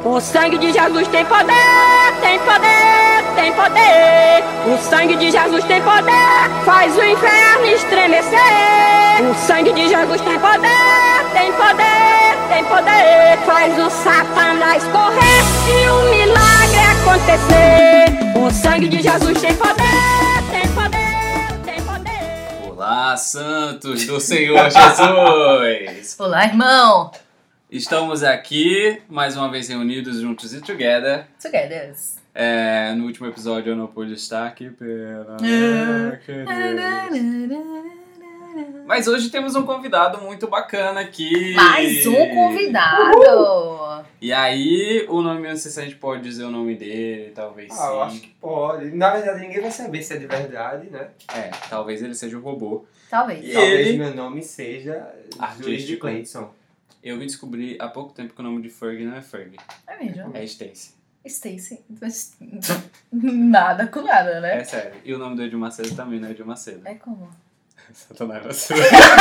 O sangue de Jesus tem poder, tem poder, tem poder. O sangue de Jesus tem poder, faz o inferno estremecer. O sangue de Jesus tem poder, tem poder, tem poder. Faz o Satanás correr e um milagre acontecer. O sangue de Jesus tem poder, tem poder, tem poder. Olá, santos do Senhor Jesus! Olá, irmão! Estamos aqui, mais uma vez reunidos juntos e together. Togethers. No último episódio eu não pude estar aqui pela... Mas hoje temos um convidado muito bacana aqui. Mais um convidado! E aí, o nome, não sei se a gente pode dizer o nome dele, talvez sim. Eu acho que pode. Na verdade, ninguém vai saber se é de verdade, né? Talvez ele seja um robô. Talvez. E Talvez ele... meu nome seja Juiz de Cleidson. Eu vim descobrir há pouco tempo que o nome de Ferg não é Ferg. É mesmo? É Stacy. Stacy. Nada com nada, né? É sério. E o nome do Edir Macedo também não é Edir Macedo. É como? Satanás Macedo.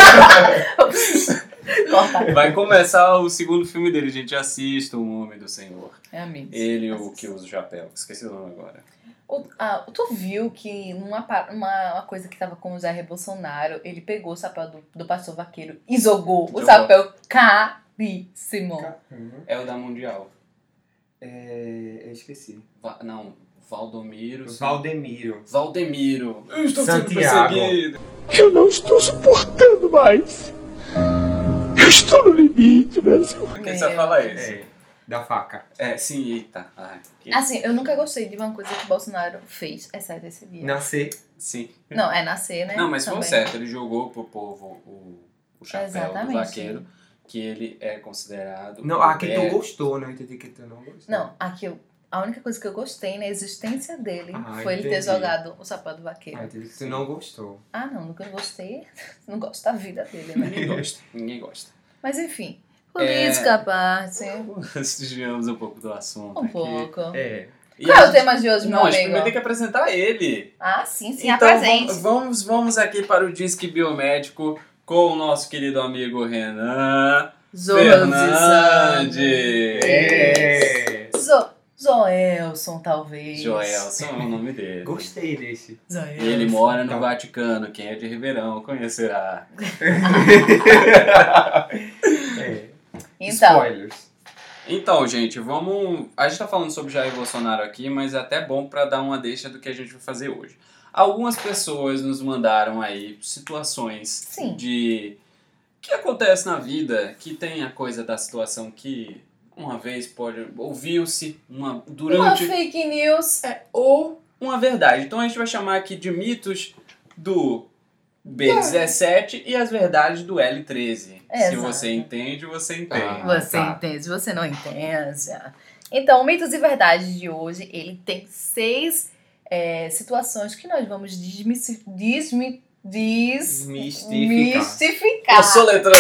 Corta. Vai começar o segundo filme dele, gente. Assista O Nome do Senhor. É amigo. Ele, o que usa o chapéu. Esqueci o nome agora. Tu viu que uma coisa que tava com o Jair Bolsonaro, ele pegou o chapéu do pastor vaqueiro e jogou o chapéu caríssimo. É o da Mundial. Eu esqueci. Valdomiro. Valdemiro. Eu estou Santiago. sendo perseguido. Eu não estou suportando mais. Eu estou no limite, Brasil. Quem sabe falar isso? Da faca. Sim, eita. Assim, eu nunca gostei de uma coisa que o Bolsonaro fez, exceto esse dia. Nascer. Sim. Não, é nascer, né? Não, mas foi também. certo. Ele jogou pro povo o chapéu Exatamente. do vaqueiro, que ele é considerado... Não, aqui tu gostou, não entendi que tu não gostou. Não, a única coisa que eu gostei na existência dele foi ele ter entendi. jogado o sapato do vaqueiro. Entendi que tu não gostou. Ah, não, nunca gostei. Não gosto da vida dele, né? Ninguém gosta. Mas enfim, política à parte. Desviamos um pouco do assunto Um aqui. pouco. E Qual a é o gente- tema de hoje, meu Não, a gente amigo? primeiro tem que apresentar ele. Ah, sim, Então, apresente. vamos aqui para o Disque Biomédico com o nosso querido amigo Renan Fernandes. Joelson, talvez. Joelson é o nome dele. Gostei desse. Joelson. E ele mora no Vaticano. Quem é de Ribeirão conhecerá. Então, Spoilers. Então, gente, a gente tá falando sobre Jair Bolsonaro aqui, mas é até bom pra dar uma deixa do que a gente vai fazer hoje. Algumas pessoas nos mandaram aí situações Sim. de que acontece na vida, que tem a coisa da situação que uma vez ouviu-se uma durante fake news. ou uma verdade. Então a gente vai chamar aqui de mitos do B17 e as verdades do L13. Se Exato. você entende, você entende. Você entende, você não entende. Então, o Mitos e Verdades de hoje, ele tem 6 situações que nós vamos Mistificar. Eu sou letrando!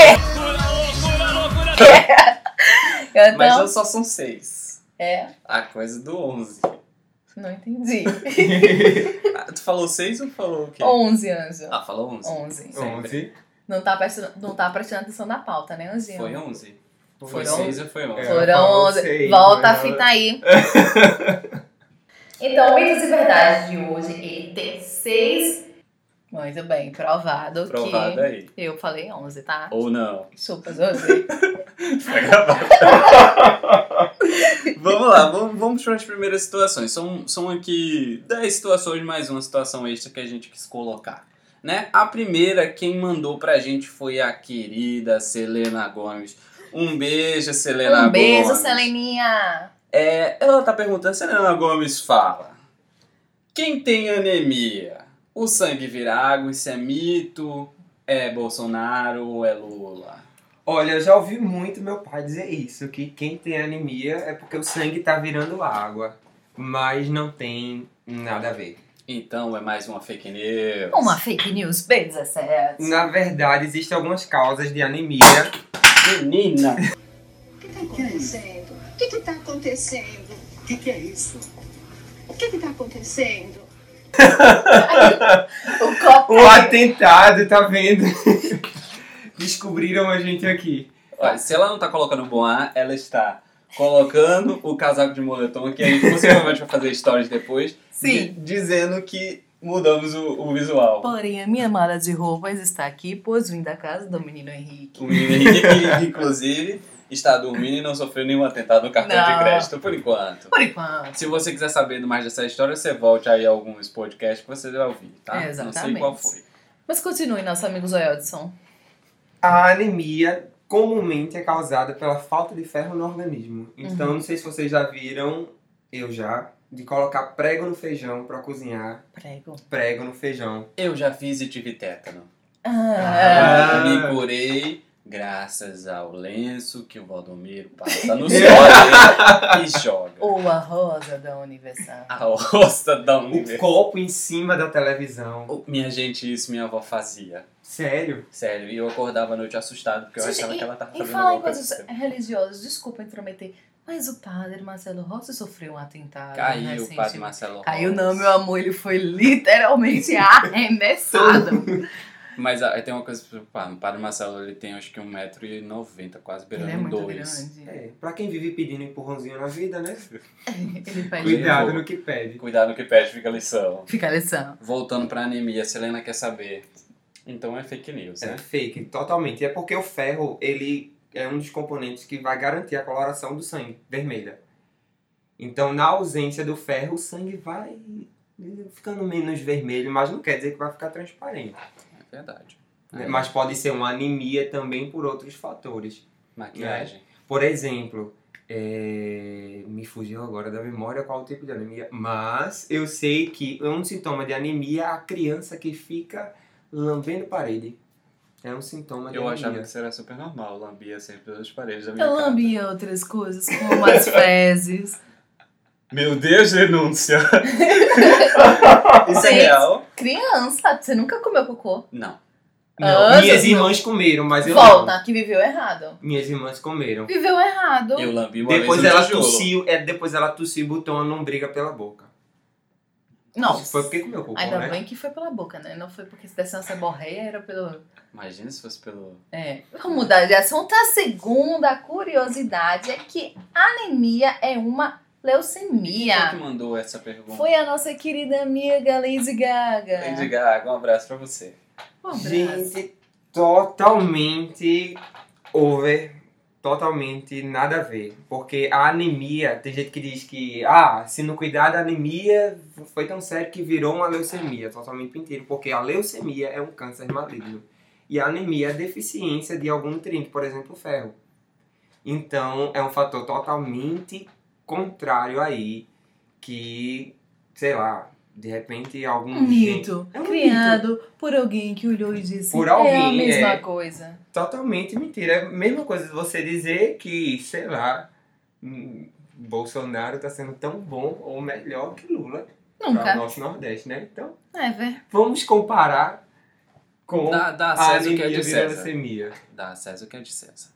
Então, Mas só são 6. A coisa do 11. não entendi. Tu falou 6 ou falou o quê? 11, Anjo. Falou 11. 11. 11. Não tá prestando atenção na pauta, né, Anjinho? Foi 11? Foi Foram- 6 ou foi 11? Foram falou 11. seis, Volta mas a fita aí. Então, o Mitos e Verdades de hoje, ele tem 6. Muito bem, provado Provado que aí. eu falei 11, tá? Ou não. Chupa, José. Tá gravado. Vamos lá, vamos para as primeiras situações. São aqui 10 situações mais uma situação extra que a gente quis colocar. Né? A primeira, quem mandou pra gente foi a querida Selena Gomes. Um beijo, Selena Gomes. Um beijo, Seleninha. Ela tá perguntando, Selena Gomes fala: quem tem anemia? O sangue vira água, isso é mito? É Bolsonaro ou é Lula? Olha, eu já ouvi muito meu pai dizer isso, que quem tem anemia é porque o sangue tá virando água, mas não tem nada a ver. Então é mais uma fake news. Uma fake news B17. Na verdade, existem algumas causas de anemia. Menina! O que está acontecendo? O que está acontecendo? O que é isso? O que está acontecendo? O copo. O atentado, tá vendo? Descobriram a gente aqui. Olha, se ela não tá colocando bom ar, ela está colocando o casaco de moletom, que a gente possivelmente vai fazer stories depois, Sim. dizendo que mudamos o visual. Porém, a minha mala de roupas está aqui, pois vim da casa do menino Henrique. O menino Henrique, que, inclusive, está dormindo e não sofreu nenhum atentado no cartão de Não. crédito, por enquanto. Por enquanto. Se você quiser saber mais dessa história, você volte aí a alguns podcasts que você vai ouvir, tá? É, exatamente. Não sei qual foi. Mas continue, nosso amigo Zoiodson. A anemia comumente é causada pela falta de ferro no organismo. Então, não sei se vocês já viram, eu já, de colocar prego no feijão pra cozinhar. Prego no feijão. Eu já fiz e tive tétano. Ah. Me curei graças ao lenço que o Valdomiro passa no sol e joga. Ou a rosa da Universal. A roça da O Universal. copo em cima da televisão. Minha gente, isso minha avó fazia. Sério? Sério, e eu acordava à noite assustado, porque eu achava que ela tava E fazendo falar em alguma coisas coisa. religiosas, desculpa intrometer, mas o padre Marcelo Rossi sofreu um atentado. Caiu o recentemente. padre Marcelo Caiu Rossi. não, meu amor, ele foi literalmente arremessado. Mas tem uma coisa, o padre Marcelo, ele tem acho que 1,90 m, quase Ele beirando é muito 2. grande. É, pra quem vive pedindo empurrãozinho na vida, né? Ele pede. Cuidado no que pede. Cuidado no que pede, fica a lição. Fica a lição. Voltando pra anemia, a Selena quer saber. Então é fake news, É né? fake, totalmente. É porque o ferro, ele é um dos componentes que vai garantir a coloração do sangue vermelha. Então, na ausência do ferro, o sangue vai ficando menos vermelho, mas não quer dizer que vai ficar transparente. É verdade. Né? Mas pode ser uma anemia também por outros fatores. Maquiagem. Por exemplo, me fugiu agora da memória qual o tipo de anemia, mas eu sei que é um sintoma de anemia a criança que fica lambendo parede. É um sintoma de Eu anemia. achava que isso era super normal, eu lambia sempre as paredes da minha Eu casa. lambia outras coisas, como as fezes. Meu Deus, denúncia! Isso é Gente. real? Criança, você nunca comeu cocô? Não. Não, minhas não. irmãs comeram, mas eu Volta, que viveu errado. não. Minhas irmãs comeram. Viveu errado. Eu lambi uma Depois vez no ela tijolo. tossiu, e botou uma lombriga pela boca. Não. Foi porque comeu cocô, Ainda né? bem que foi pela boca, né? Não foi porque se desse uma seborreia, era pelo... Imagina se fosse pelo... Vamos mudar de assunto. A segunda curiosidade é que anemia é uma Quem leucemia. foi que mandou essa pergunta? Foi a nossa querida amiga Lady Gaga. Lady Gaga, um abraço pra você. Um abraço. Gente, totalmente over, totalmente nada a ver. Porque a anemia, tem gente que diz que, se não cuidar da anemia, foi tão sério que virou uma leucemia. Totalmente mentira, porque a leucemia é um câncer maligno. E a anemia é a deficiência de algum nutriente, por exemplo, o ferro. Então, é um fator totalmente contrário aí, que, sei lá, de repente algum Um mito É um criado por alguém que olhou e disse Por é a alguém, mesma coisa. Totalmente mentira. É a mesma coisa de você dizer que, sei lá, Bolsonaro tá sendo tão bom ou melhor que Lula para Nunca. o nosso Nordeste, né? Então, Ver. vamos comparar com Dá a César o que é anemia de de César. leucemia. Dá César o que é de César.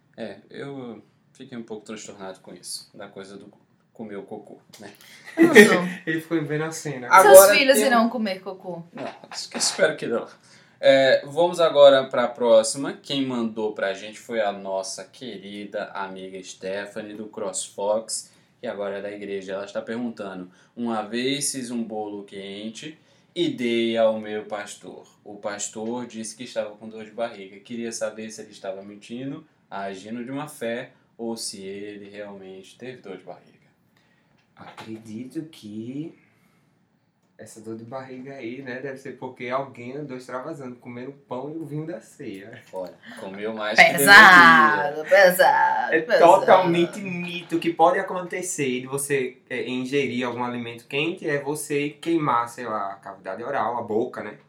Eu fiquei um pouco transtornado com isso. Da coisa do comer o cocô, né? Arrasou. Ele ficou vendo a cena. Agora Seus filhos tem- irão comer cocô. Não, espero que não. Vamos agora para a próxima. Quem mandou pra gente foi a nossa querida amiga Stephanie do CrossFox, que agora é da igreja. Ela está perguntando: uma vez fiz um bolo quente e dei ao meu pastor. O pastor disse que estava com dor de barriga. Queria saber se ele estava mentindo, agindo de má fé, ou se ele realmente teve dor de barriga. Acredito que essa dor de barriga aí, né, deve ser porque alguém andou extravasando, comendo o pão e o vinho da ceia. Olha, comeu mais que deveria. Pesado. É totalmente mito. O que pode acontecer de você ingerir algum alimento quente é você queimar, sei lá, a cavidade oral, a boca, né?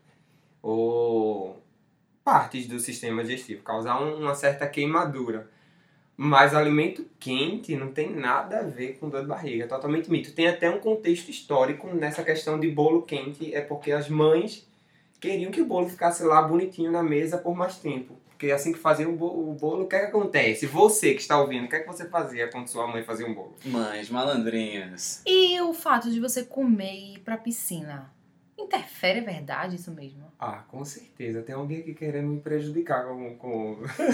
Ou partes do sistema digestivo, causar uma certa queimadura. Mas alimento quente não tem nada a ver com dor de barriga, é totalmente mito. Tem até um contexto histórico nessa questão de bolo quente, é porque as mães queriam que o bolo ficasse lá bonitinho na mesa por mais tempo. Porque assim que fazia o bolo, o que é que acontece? Você que está ouvindo, o que é que você fazia quando sua mãe fazia um bolo? Mães malandrinhas. E o fato de você comer e ir pra piscina? interfere, é verdade isso mesmo? Ah, com certeza. Tem alguém aqui querendo me prejudicar com...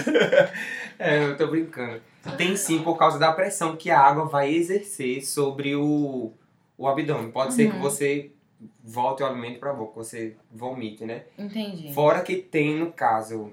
eu tô brincando. Tem sim, por causa da pressão que a água vai exercer sobre o abdômen. Pode ser que você volte o alimento pra boca, você vomite, né? Entendi. Fora que tem, no caso,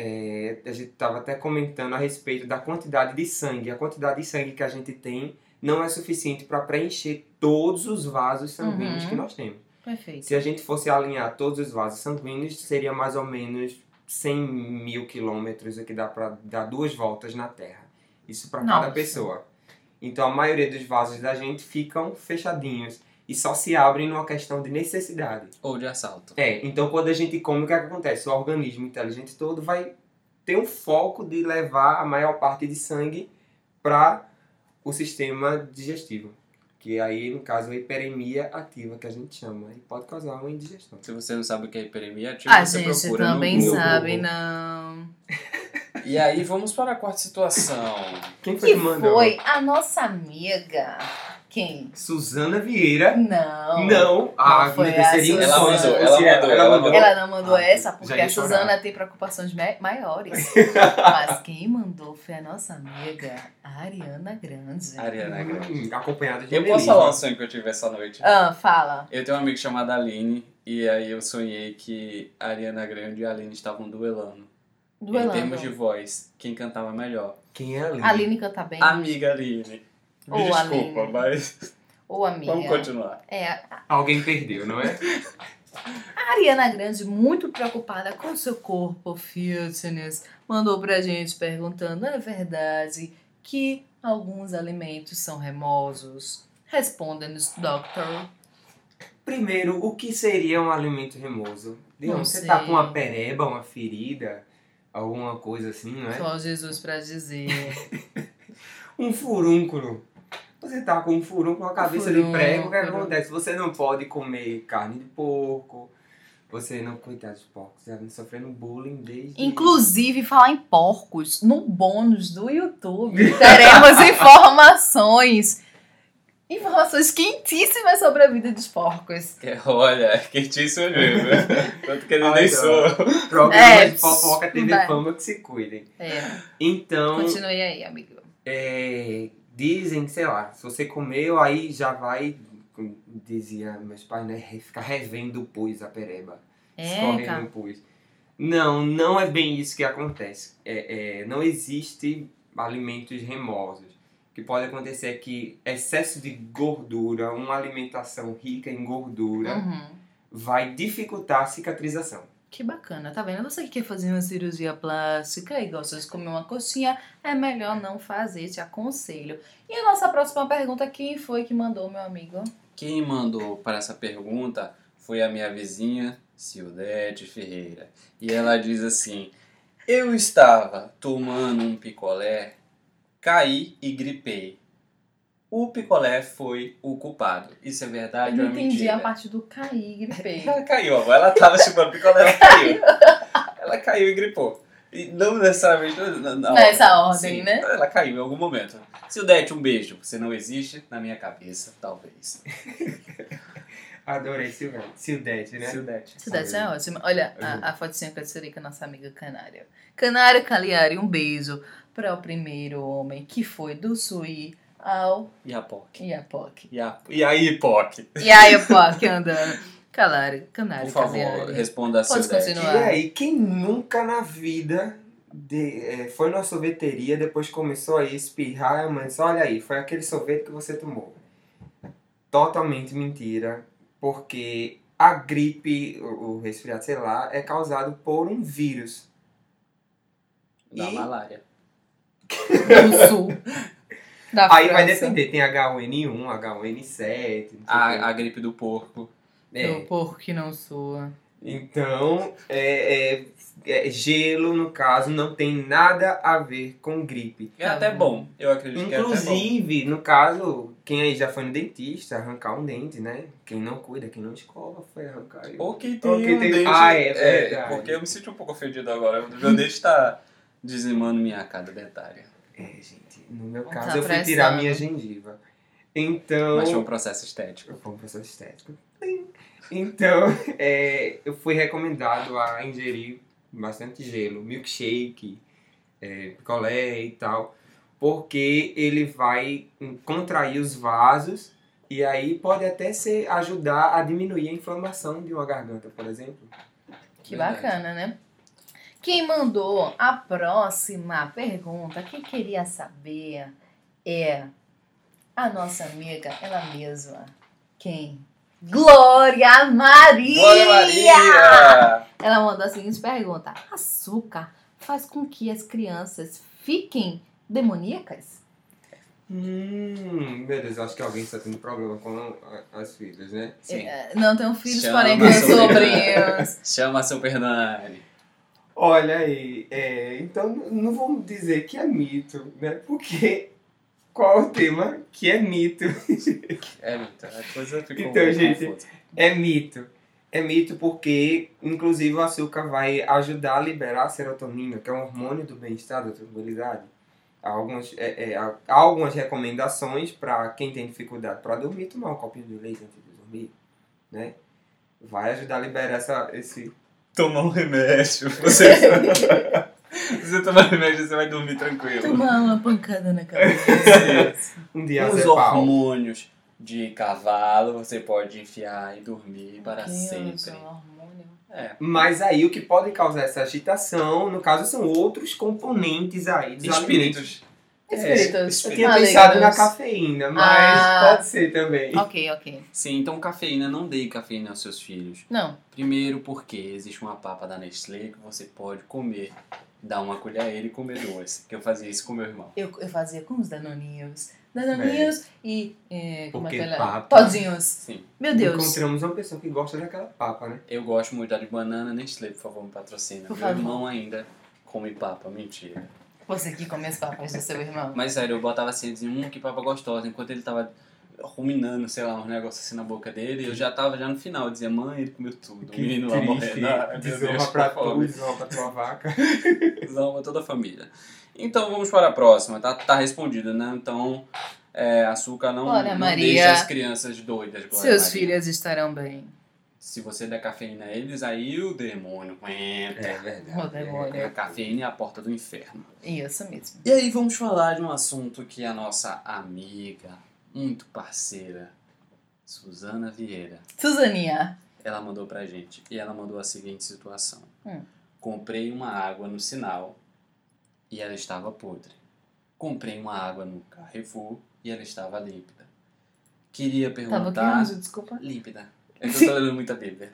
a gente tava até comentando a respeito da quantidade de sangue. A quantidade de sangue que a gente tem não é suficiente para preencher todos os vasos sanguíneos que nós temos. Perfeito. Se a gente fosse alinhar todos os vasos sanguíneos, seria mais ou menos 100 mil quilômetros, o que dá para dar 2 voltas na Terra. Isso para cada pessoa. Então a maioria dos vasos da gente ficam fechadinhos e só se abrem numa questão de necessidade. Ou de assalto. Então quando a gente come, o que acontece? O organismo inteligente todo vai ter um foco de levar a maior parte de sangue para o sistema digestivo. Que aí, no caso, é a hiperemia ativa, que a gente chama. E pode causar uma indigestão. Se você não sabe o que é hiperemia ativa, A você gente procura também no Google. sabe, não. E aí, vamos para a quarta situação. Quem foi Que que mandou? foi a nossa amiga. Quem? Suzana Vieira. Não. Não. Ah, foi meu Deus, a seria Suzana. Ela impossível. mandou, ela mandou. Ela não mandou Ah, essa já porque ia a Suzana chorar. tem preocupações maiores. Mas quem mandou foi a nossa amiga Ariana Grande. Ariana Grande. Acompanhada de Eu posso Melissa. falar um sonho que eu tive essa noite? Fala. Eu tenho uma amiga chamada Aline, e aí eu sonhei que a Ariana Grande e a Aline estavam duelando. Em termos de voz, quem cantava melhor. Quem é a Aline? A Aline canta bem. Amiga Aline. Me Ô, desculpa, Aline. mas Ou amiga. vamos continuar. Alguém perdeu, não é? A Ariana Grande, muito preocupada com seu corpo fitness, mandou pra gente perguntando: é verdade que alguns alimentos são remosos? Responda-nos, doctor. Primeiro, o que seria um alimento remoso? Não Você sei. tá com uma pereba, uma ferida, alguma coisa assim, não é? Só Jesus pra dizer. Um furúnculo. Você tá com um furúnculo, uma cabeça de prego, o que acontece? Você não pode comer carne de porco, você não... Coitado dos porcos, já vem sofrendo bullying desde... Inclusive, falar em porcos, no bônus do YouTube, teremos informações quentíssimas sobre a vida dos porcos. Olha, quentíssimo mesmo. Tanto que ele nem sou. Programas de fofoca TV Fama que se cuidem. Então... Continue aí, amigo. Dizem, sei lá, se você comeu, aí já vai, como dizia meus pais, né? Ficar revendo o pus, a pereba. Escorrendo o pus. Não é bem isso que acontece. Não existe alimentos remosos. O que pode acontecer é que excesso de gordura, uma alimentação rica em gordura, vai dificultar a cicatrização. Que bacana, tá vendo? Você que quer fazer uma cirurgia plástica e gosta de comer uma coxinha, é melhor não fazer, te aconselho. E a nossa próxima pergunta, quem foi que mandou, meu amigo? Quem mandou para essa pergunta foi a minha vizinha, Cildete Ferreira. E ela diz assim: eu estava tomando um picolé, caí e gripei. O picolé foi o culpado. Isso é verdade Eu ou não é entendi mentira? a parte do cair e gripei. Ela caiu, amor. Ela tava chupando picolé, ela caiu. Ela caiu e gripou. E não necessariamente Nessa ordem, sim, né? Ela caiu em algum momento. Cildete, um beijo. Você não existe na minha cabeça, talvez. Adorei Cildete, né? Cildete. Cidade é ótima. Olha, a fotinha que eu tirei com a nossa amiga Canária. Canário Cagliari, um beijo para o primeiro homem que foi do Suí ao Iapoc. Iapoc. E aí, Poc? E aí, Iapoc andando. Canário Por favor, Cagliari. responda a Pode Cildete. continuar. E aí, quem nunca na vida foi numa sorveteria, depois começou a espirrar, mas olha aí, foi aquele sorvete que você tomou. Totalmente mentira, porque a gripe, o resfriado, sei lá, é causado por um vírus. Da malária. Do Sul. Da Aí vai França. depender, tem H1N1, H1N7. não sei o quê. A gripe do porco. Do porco que não sua. Então, gelo, no caso, não tem nada a ver com gripe. É até bom. Eu acredito que é até bom. Inclusive, no caso, quem aí já foi no dentista, arrancar um dente, né? Quem não cuida, quem não escova, foi arrancar. Ou quem tem Ou quem um tem- dente. Ah, é verdade. Porque eu me senti um pouco ofendido agora. Meu dente tá dizimando minha arcada dentária. Gente, no meu Tá caso, eu fui pressando. tirar minha gengiva. Então... Mas foi um processo estético. Foi um processo estético. Então, eu fui recomendado a ingerir bastante gelo, milkshake, picolé e tal, porque ele vai contrair os vasos e aí pode até ajudar a diminuir a inflamação de uma garganta, por exemplo. Que Verdade. bacana, né? Quem mandou a próxima pergunta, quem queria saber, é a nossa amiga, ela mesma. Quem? Glória Maria! Glória Maria! Ela mandou a seguinte pergunta: açúcar faz com que as crianças fiquem demoníacas? Meu Deus, eu acho que alguém está tendo problema com as filhas, né? Sim. Não tenho filhos, Chama porém tenho seu sobrinhos. Chama seu Hernani. Olha aí, então não vamos dizer que é mito, né? Porque qual é o tema que é mito? Então, a coisa ficou Então, muito gente, confusa. É mito. É mito porque, inclusive, o açúcar vai ajudar a liberar a serotonina, que é um hormônio do bem-estar, da tranquilidade. Há algumas recomendações para quem tem dificuldade para dormir, tomar um copinho de leite antes de dormir, né? Vai ajudar a liberar esse... Tomar um remédio. Você tomar remédio, você vai dormir tranquilo. Tomar uma pancada na cabeça. Um Os diazepam. hormônios de cavalo você pode enfiar e dormir para sempre. Mas aí o que pode causar essa agitação, no caso, são outros componentes aí dos alimentos. Espíritos. Eu tinha malignos. pensado na cafeína, mas Ah. pode ser também. Ok. Sim, então cafeína, não dê cafeína aos seus filhos. Não. Primeiro porque existe uma papa da Nestlé que você pode comer. Dar uma colher a ele e comer duas. Que eu fazia isso com meu irmão. Eu fazia com os danoninhos. Danoninhos e... como é Porque que ela... papa. Todinhos. Sim. Meu Deus. Encontramos uma pessoa que gosta daquela papa, né? Eu gosto muito da de banana Nestlé, por favor, me patrocina. Por Meu favor. irmão ainda come papa, mentira. Você que come as papas do seu irmão. Mas sério, eu botava assim, eu dizia, que papa gostosa. Enquanto ele tava ruminando, sei lá, uns negócios assim na boca dele, eu já tava no final. Eu dizia, mãe, ele comeu tudo. O menino lá morrendo. Ai, meu Deus, Desonra pra por favor. tu, desonra pra tua vaca. Salva toda a família. Então vamos para a próxima, tá respondido, né? Então, açúcar não, Glória não Maria. deixa as crianças doidas. Glória Seus Maria. filhos estarão bem. Se você der cafeína a eles, aí o demônio entra. verdade. O demônio. A cafeína é a porta do inferno. Isso mesmo. E aí vamos falar de um assunto que a nossa amiga, muito parceira, Suzana Vieira, Suzaninha. ela mandou pra gente. E ela mandou a seguinte situação. Hum. Comprei uma água no Sinal e ela estava podre. Comprei uma água no Carrefour e ela estava límpida. Queria Tava perguntar... aqui, desculpa. Límpida. É que eu tô lendo muita Bíblia.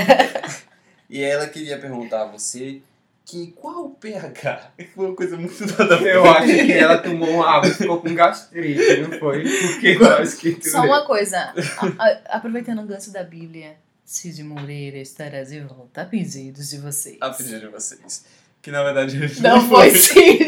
E ela queria perguntar a você que qual o pH? Foi uma coisa muito nada a ver. Eu acho que ela tomou uma água e ficou com gastrite, não foi? Porque eu acho que tu Só uma coisa. Aproveitando o gancho da Bíblia, Cid Moreira estará de volta a pedidos de vocês. A pedir de vocês. Que na verdade Não foi Cid.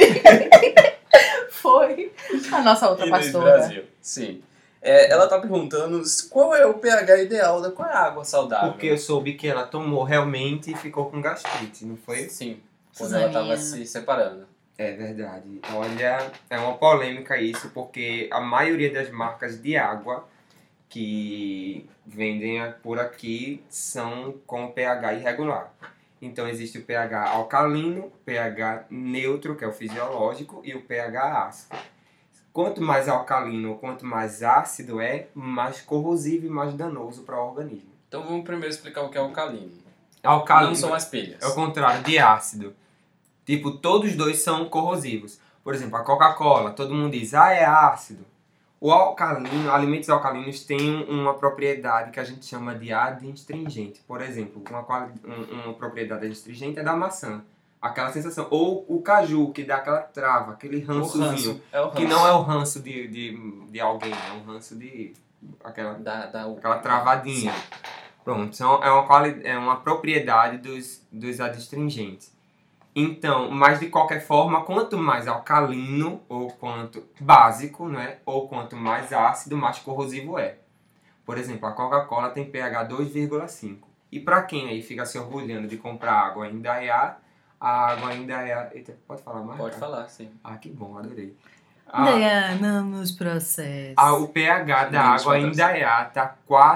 Foi a nossa outra Inês pastora. Brasil. Sim. Ela tá perguntando qual é o pH ideal da qual é a água saudável. Porque eu soube que ela tomou realmente e ficou com gastrite, não foi? Sim. Quando ela tava Suzaninha. se separando. É verdade. Olha, é uma polêmica isso, porque a maioria das marcas de água que vendem por aqui são com pH irregular. Então existe o pH alcalino, pH neutro, que é o fisiológico, e o pH ácido. Quanto mais alcalino ou quanto mais ácido mais corrosivo e mais danoso para o organismo. Então vamos primeiro explicar o que é alcalino. Alcalino Não são as pilhas. é o contrário de ácido. Tipo, todos os dois são corrosivos. Por exemplo, a Coca-Cola, todo mundo diz, é ácido. O alcalino, alimentos alcalinos têm uma propriedade que a gente chama de adstringente. Por exemplo, uma propriedade adstringente é da maçã. Aquela sensação. Ou o caju, que dá aquela trava, aquele rançozinho. É o ranço. Que não é o ranço de alguém, é um ranço de... aquela travadinha. Sim. Pronto, é uma propriedade dos adstringentes. Então, mas de qualquer forma, quanto mais alcalino, ou quanto básico, né? Ou quanto mais ácido, mais corrosivo é. Por exemplo, a Coca-Cola tem pH 2,5. E para quem aí fica se orgulhando de comprar água em Indaiá, a água ainda é... Eita, pode falar mais? Pode falar, sim. Ah, que bom, adorei. Não nos processos. O pH da Menos água patrocínio. ainda tá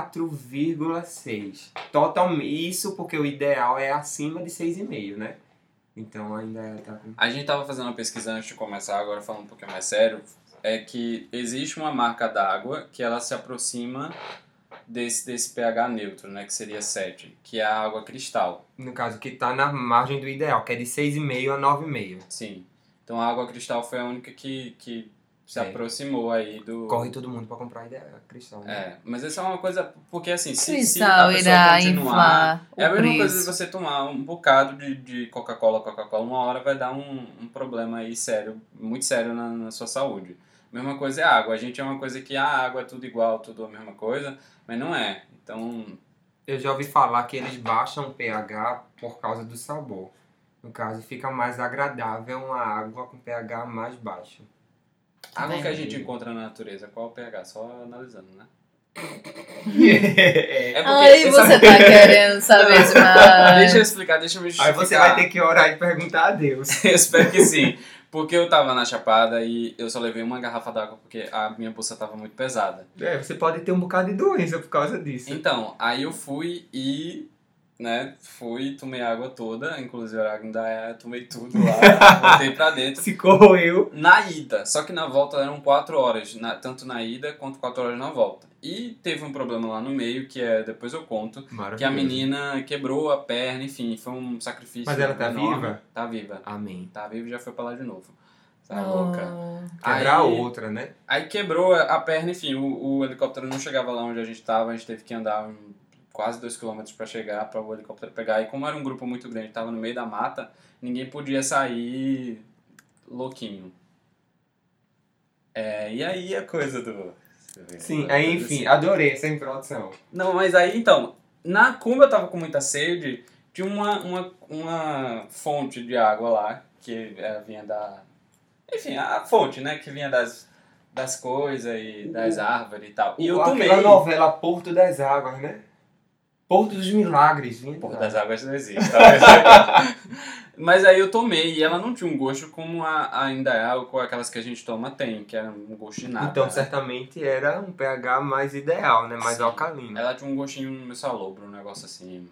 4,6. Totalmente. Isso porque o ideal é acima de 6,5, né? Então ainda tá com... A gente tava fazendo uma pesquisa antes de começar, agora falando um pouquinho mais sério, é que existe uma marca d'água que ela se aproxima desse pH neutro, né, que seria 7, que é a água cristal. No caso, que tá na margem do ideal, que é de 6,5 a 9,5. Sim. Então a água cristal foi a única que se aproximou aí do... Corre todo mundo pra comprar ideal, cristal, né? É, mas essa é uma coisa, porque assim, se a Cristal pessoa irá continuar, inflar é a o mesma coisa de preço. você tomar um bocado de Coca-Cola, uma hora vai dar um problema aí sério, muito sério na sua saúde. Mesma coisa é a água, a gente é uma coisa que a água é tudo igual, tudo a mesma coisa, mas não é, então... Eu já ouvi falar que eles baixam o pH por causa do sabor. No caso, fica mais agradável uma água com pH mais baixo. A água que a Entendi. gente encontra na natureza, qual é o pH? Só analisando, né? É. É Aí você tá querendo saber demais. Deixa eu explicar, deixa eu me Aí justificar. você vai ter que orar e perguntar a Deus. Eu espero que sim. Porque eu tava na Chapada e eu só levei uma garrafa d'água porque a minha bolsa tava muito pesada. Você pode ter um bocado de doença por causa disso. Então, aí eu fui e... né, tomei a água toda, inclusive a água ainda tomei tudo lá, voltei pra dentro. Se corroeu. Na ida, só que na volta eram 4 horas, tanto na ida quanto 4 horas na volta. E teve um problema lá no meio, que depois eu conto, que a menina quebrou a perna, enfim, foi um sacrifício. Mas ela tá enorme. viva? Tá viva. Amém. Tá viva e já foi pra lá de novo. Tá Oh. louca. Quebrar Aí- outra, né? Aí quebrou a perna, enfim, o helicóptero não chegava lá onde a gente tava, a gente teve que andar quase 2 km pra chegar, pra o helicóptero pegar. E como era um grupo muito grande, tava no meio da mata, ninguém podia sair louquinho. E aí a coisa do... Sim, aí enfim, adorei essa introdução. Não, mas aí então, como eu tava com muita sede, tinha uma fonte de água lá, que vinha da... Enfim, a fonte, né, que vinha das coisas e das árvores e tal. E eu tomei... Aquela novela Porto das Águas, né? Porto dos Milagres. Porra das águas não existe, tá? Mas aí eu tomei e ela não tinha um gosto como ainda é, ou com aquelas que a gente toma tem, que era um gosto de nada. Então, né? certamente era um pH mais ideal, né? Mais Sim. alcalino. Ela tinha um gostinho no salobro, um negócio assim.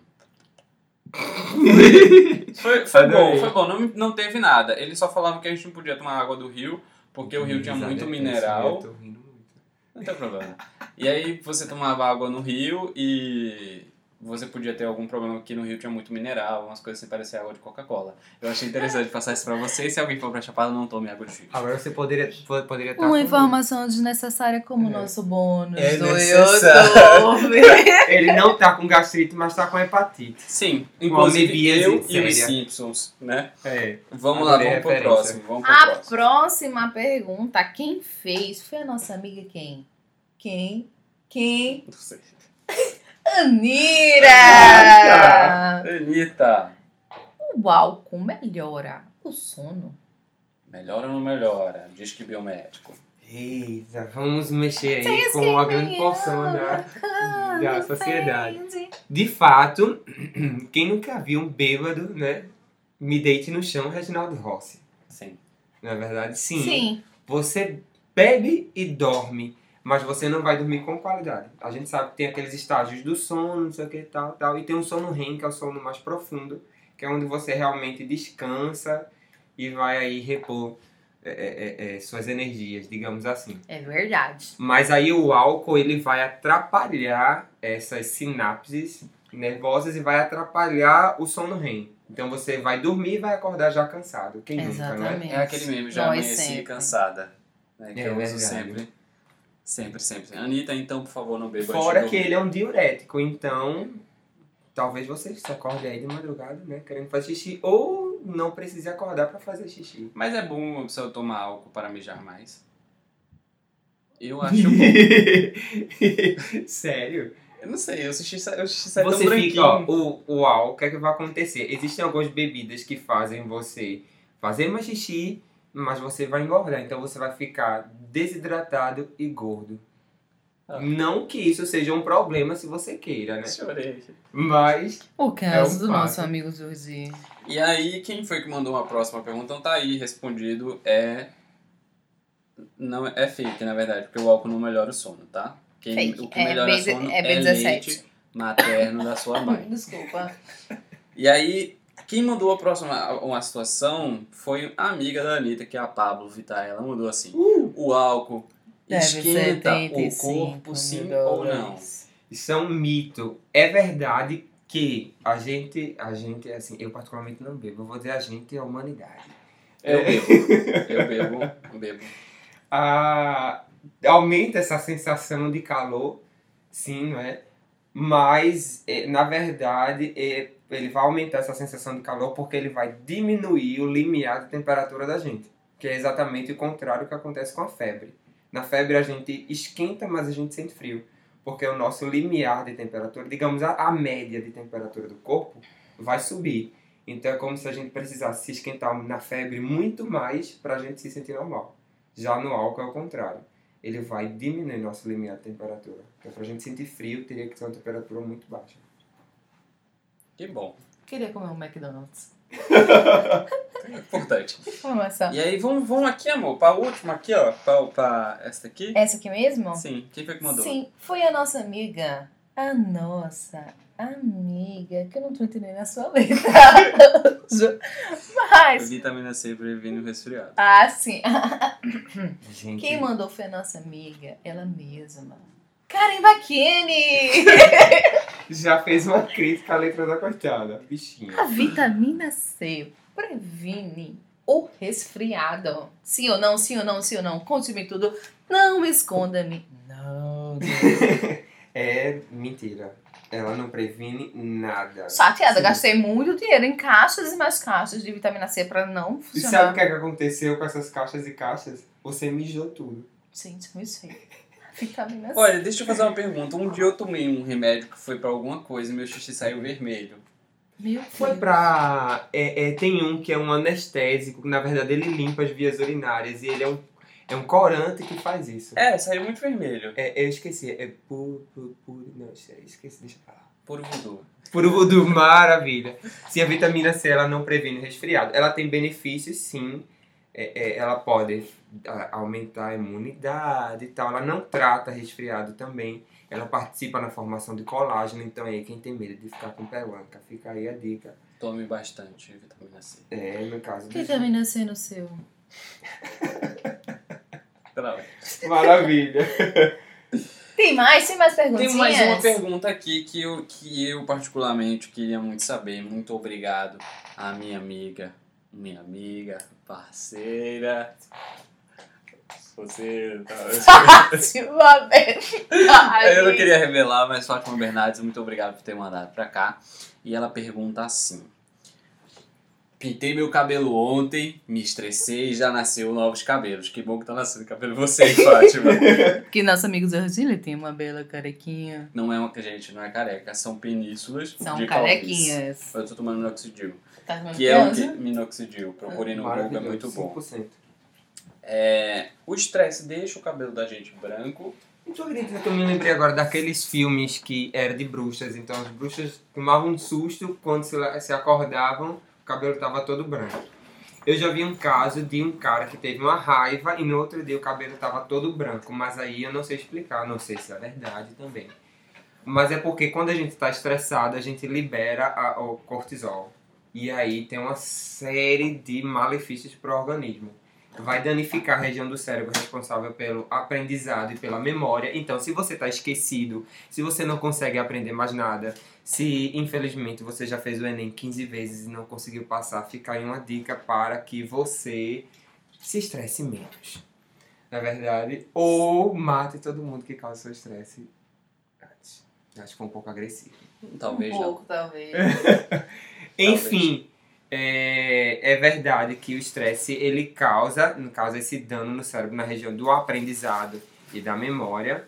Foi bom, não teve nada. Eles só falavam que a gente não podia tomar água do rio, porque o rio tinha muito mineral. Eu tô rindo muito. Não tem problema. E aí você tomava água no rio e você podia ter algum problema, porque no rio tinha muito mineral, umas coisas assim, parecia água de Coca-Cola. Eu achei interessante passar isso pra vocês. Se alguém for pra Chapada, não tome água de rio. Agora você poderia estar Uma informação desnecessária como o nosso bônus É do necessário. YouTube. Ele não tá com gastrite, mas tá com hepatite. Sim, Uma inclusive amebíase eu e séria. os Simpsons, né? Adorei Vamos lá, a vamos pro referência. próximo. Vamos pro A próximo. próxima pergunta, quem fez? Foi a nossa amiga quem? Quem? Não sei. Anira! Anitta, O álcool melhora o sono? melhora ou não melhora? Diz que biomédico. Eita, vamos mexer aí com uma grande porção da sociedade. De fato, quem nunca viu um bêbado, né? Me deite no chão, Reginaldo Rossi. Sim. Na verdade, sim. Sim. Você bebe e dorme, mas você não vai dormir com qualidade. A gente sabe que tem aqueles estágios do sono, não sei o que, tal. E tem um sono REM, que é o sono mais profundo, que é onde você realmente descansa e vai aí repor suas energias, digamos assim. É verdade. Mas aí o álcool, ele vai atrapalhar essas sinapses nervosas e vai atrapalhar o sono REM. Então você vai dormir e vai acordar já cansado. Quem nunca, né? Exatamente. É aquele meme, já Nós amanheci sempre. cansada. Né, que É eu uso verdade. sempre. Anitta, então, por favor, não beba. Fora antes que de ele é um diurético, então talvez você se acorde aí de madrugada, né? Querendo fazer xixi, ou não precise acordar pra fazer xixi. Mas é bom se eu tomar álcool para mijar mais. Eu acho bom. Sério? Eu não sei, o xixi sai tão Você branquinho. fica, ó, o álcool, o que é que vai acontecer? Existem algumas bebidas que fazem você fazer mais xixi, mas você vai engordar. Então você vai ficar desidratado e gordo. Ah. Não que isso seja um problema se você queira, né? Chorei. Mas O caso É um do fato. nosso amigo Zurzi. E aí, quem foi que mandou uma próxima pergunta? Então tá aí, respondido, é Não, é fake, na verdade, porque o álcool não melhora o sono, tá? Fake. O que melhora o sono é B17. leite materno da sua mãe. Desculpa. E aí, quem mandou a próxima uma situação foi a amiga da Anitta, que é a Pablo Vittar. Ela mandou assim: o álcool esquenta o corpo, sim ou não? Isso é um mito. É verdade que a gente assim, eu particularmente não bebo. Eu vou dizer a gente é a humanidade. Eu bebo. Aumenta essa sensação de calor, sim, não é? Mas, na verdade, ele vai aumentar essa sensação de calor porque ele vai diminuir o limiar de temperatura da gente. Que é exatamente o contrário que acontece com a febre. Na febre a gente esquenta, mas a gente sente frio. Porque o nosso limiar de temperatura, digamos, a média de temperatura do corpo, vai subir. Então é como se a gente precisasse se esquentar na febre muito mais para a gente se sentir normal. Já no álcool é o contrário. Ele vai diminuir nosso limiar de temperatura. Porque para a gente sentir frio, teria que ter uma temperatura muito baixa. Que bom. Queria comer um McDonald's. Importante. Vamos essa. E aí, vamos aqui, amor, pra última aqui, ó. Pra essa aqui. Essa aqui mesmo? Sim. Quem foi que mandou? Sim, foi a nossa amiga. A nossa amiga. Que eu não tô entendendo a sua letra. Mas... Vitamina C previne o resfriado. Ah, sim. Gente, Quem mandou foi a nossa amiga. Ela mesma. Karen Bacchini! já fez uma crítica à letra da coitada. Bichinha. A vitamina C previne o resfriado. Sim ou não, sim ou não, sim ou não? Conte-me tudo. Não esconda-me. Não. É mentira. Ela não previne nada. Chateada, Sim. gastei muito dinheiro em caixas e mais caixas de vitamina C pra não E funcionar. sabe o que é que aconteceu com essas caixas e caixas? Você mijou tudo. Gente, não sei. Vitamina C. Olha, deixa eu fazer uma pergunta. Um dia eu tomei um remédio que foi pra alguma coisa e meu xixi saiu vermelho. Meu Foi Deus. pra... tem um que é um anestésico, que na verdade ele limpa as vias urinárias. E ele é um corante que faz isso. É, saiu muito vermelho. Eu esqueci. Não, esqueci, deixa eu falar. Puro voodoo. Puro voodoo, maravilha. Sim, a vitamina C ela não previne resfriado. Ela tem benefícios, sim. Ela pode aumentar a imunidade e tal. Ela não trata resfriado também. Ela participa na formação de colágeno. Então aí quem tem medo de ficar com pelanca, fica aí a dica. Tome bastante vitamina C. No caso do... Vitamina C no seu. Maravilha. Tem mais perguntinhas? Tem mais uma pergunta aqui que eu particularmente queria muito saber. Muito obrigado à minha amiga, parceira. Você... Fátima Bernardes. Eu não queria revelar, mas Fátima Bernardes, muito obrigado por ter mandado pra cá. E ela pergunta assim: pintei meu cabelo ontem, me estressei e já nasceu novos cabelos. Que bom que tá nascendo cabelo você, hein, Fátima? Que nosso amigo Zé Rosílio tem uma bela carequinha. Não é uma gente, não é careca, são penínsulas São de carequinhas. calvície. Eu tô tomando minoxidil. Tá tomando Que é o criança? minoxidil. Procurem no Google, é muito bom. 5%. O estresse deixa o cabelo da gente branco. Então, eu me lembrei agora daqueles filmes que eram de bruxas. Então, as bruxas tomavam um susto quando se acordavam, o cabelo estava todo branco. Eu já vi um caso de um cara que teve uma raiva e no outro dia o cabelo estava todo branco. Mas aí eu não sei explicar, não sei se é verdade também. Mas é porque quando a gente está estressado, a gente libera o cortisol. E aí tem uma série de malefícios para o organismo. Vai danificar a região do cérebro responsável pelo aprendizado e pela memória. Então, se você está esquecido, se você não consegue aprender mais nada, se infelizmente você já fez o Enem 15 vezes e não conseguiu passar, fica aí uma dica para que você se estresse menos. Na verdade, ou mate todo mundo que causa seu estresse antes. Acho que foi um pouco agressivo. Talvez Um não. pouco, talvez. Enfim, é verdade que o estresse ele causa, no caso, esse dano no cérebro na região do aprendizado e da memória,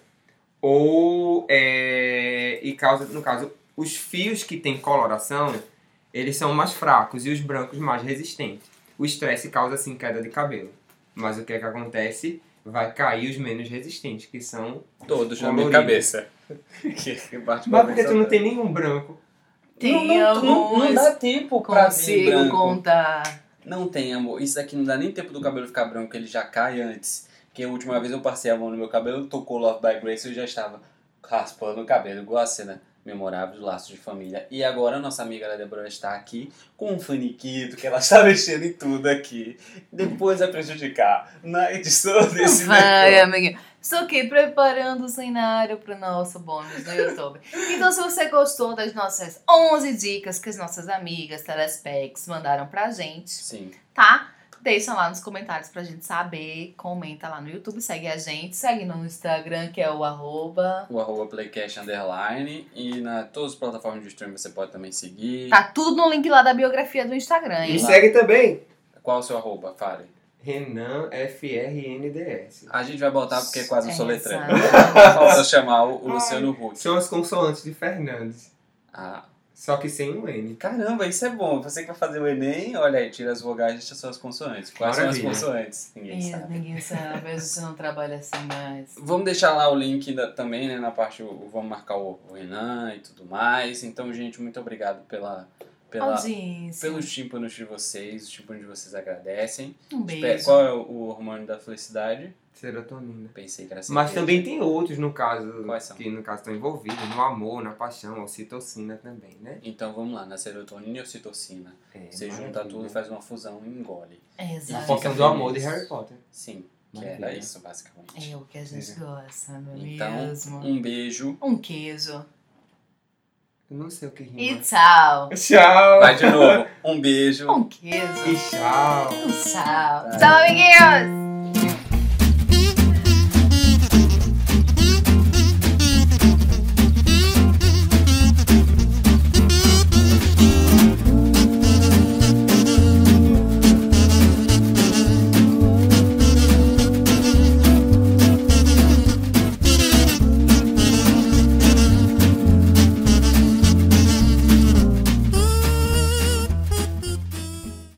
e causa, no caso, os fios que têm coloração, eles são mais fracos e os brancos mais resistentes. O estresse causa, assim, queda de cabelo. Mas o que é que acontece? Vai cair os menos resistentes, que são Todos na minha coloridos. cabeça. Mas porque tu não tem nenhum branco? Tem não dá tempo pra vir Consigo branco. contar. Não tem, amor. Isso aqui não dá nem tempo do cabelo ficar branco, ele já cai antes. Que a última vez eu passei a mão no meu cabelo, tocou Love by Grace e eu já estava raspando o cabelo, igual a cena memorável do Laços de Família. E agora a nossa amiga a Débora está aqui com um faniquito que ela está mexendo em tudo aqui. Depois vai prejudicar na edição desse Vai, negócio. amiguinho. Estou aqui preparando o cenário para o nosso bônus no YouTube. Então, se você gostou das nossas 11 dicas que as nossas amigas telespecs mandaram pra gente, Sim. tá? Deixa lá nos comentários pra gente saber. Comenta lá no YouTube, segue a gente. Segue no Instagram, que é o @ O @playcast_. E na todas as plataformas de streaming você pode também seguir. Tá tudo no link lá da biografia do Instagram, Me hein? segue também. Qual o seu @? Fale. Renan FRNDS. A gente vai botar porque é quase um soletrando. Exatamente. Falta chamar o Luciano Huck. São as consoantes de Fernandes. Ah, Só que sem um N. caramba, isso é bom. Você que vai fazer o Enem, olha aí, tira as vogais e deixa só as consoantes. Quais Maravilha. são as consoantes? Ninguém Isso, sabe. ninguém sabe. A gente não trabalha assim mais. Vamos deixar lá o link também, né, na parte, vamos marcar o Renan e tudo mais. Então, gente, muito obrigado pelo Audiência. tímpanos de vocês, os tímpanos de vocês agradecem. Um beijo. Qual é o hormônio da felicidade? Serotonina. Pensei que era Mas cerveja. também tem outros, no caso, Quais são? que no caso estão envolvidos, no amor, na paixão, a ocitocina também, né? Então vamos lá, na serotonina e ocitocina. É, Você junta maravilha. tudo, faz uma fusão e engole. Exato. A poção do feliz. amor de Harry Potter. Sim, que Maravilha. era isso, basicamente. É o que a gente gosta, não é Então, mesmo? um beijo. Um queijo. Eu não sei o que rima. E tchau. Tchau! Vai de novo. Um beijo. Um queijo. E tchau! Um tchau. Tá. Tchau, amiguinhos!